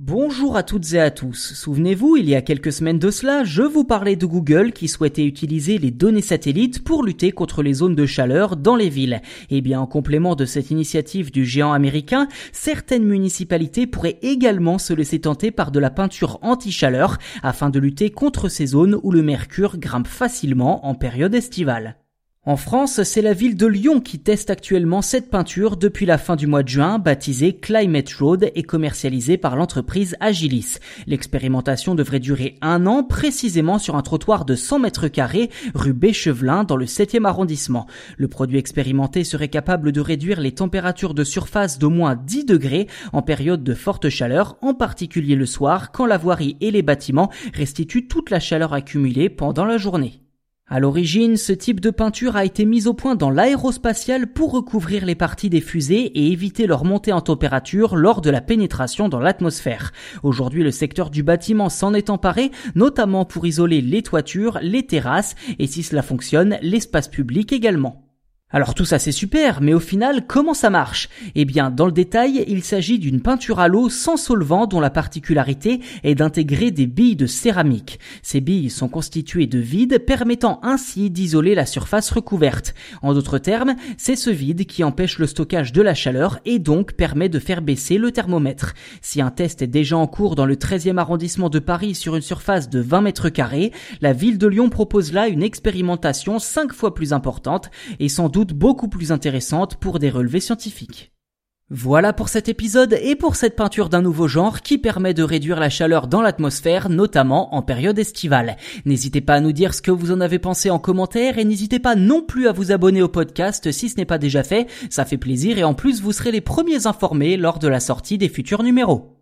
Bonjour à toutes et à tous. Souvenez-vous, il y a quelques semaines de cela, je vous parlais de Google qui souhaitait utiliser les données satellites pour lutter contre les zones de chaleur dans les villes. Et bien, en complément de cette initiative du géant américain, certaines municipalités pourraient également se laisser tenter par de la peinture anti-chaleur afin de lutter contre ces zones où le mercure grimpe facilement en période estivale. En France, c'est la ville de Lyon qui teste actuellement cette peinture depuis la fin du mois de juin, baptisée Climate Road et commercialisée par l'entreprise Agilis. L'expérimentation devrait durer 1 an, précisément sur un trottoir de 100 mètres carrés, rue Béchevelin, dans le 7e arrondissement. Le produit expérimenté serait capable de réduire les températures de surface d'au moins 10 degrés en période de forte chaleur, en particulier le soir, quand la voirie et les bâtiments restituent toute la chaleur accumulée pendant la journée. À l'origine, ce type de peinture a été mis au point dans l'aérospatiale pour recouvrir les parties des fusées et éviter leur montée en température lors de la pénétration dans l'atmosphère. Aujourd'hui, le secteur du bâtiment s'en est emparé, notamment pour isoler les toitures, les terrasses et si cela fonctionne, l'espace public également. Alors tout ça c'est super, mais au final, comment ça marche ? Eh bien, dans le détail, il s'agit d'une peinture à l'eau sans solvant dont la particularité est d'intégrer des billes de céramique. Ces billes sont constituées de vide, permettant ainsi d'isoler la surface recouverte. En d'autres termes, c'est ce vide qui empêche le stockage de la chaleur et donc permet de faire baisser le thermomètre. Si un test est déjà en cours dans le 13e arrondissement de Paris sur une surface de 20 mètres carrés, la ville de Lyon propose là une expérimentation 5 fois plus importante et sans doute beaucoup plus intéressante pour des relevés scientifiques. Voilà pour cet épisode et pour cette peinture d'un nouveau genre qui permet de réduire la chaleur dans l'atmosphère, notamment en période estivale. N'hésitez pas à nous dire ce que vous en avez pensé en commentaire et n'hésitez pas non plus à vous abonner au podcast si ce n'est pas déjà fait, ça fait plaisir et en plus vous serez les premiers informés lors de la sortie des futurs numéros.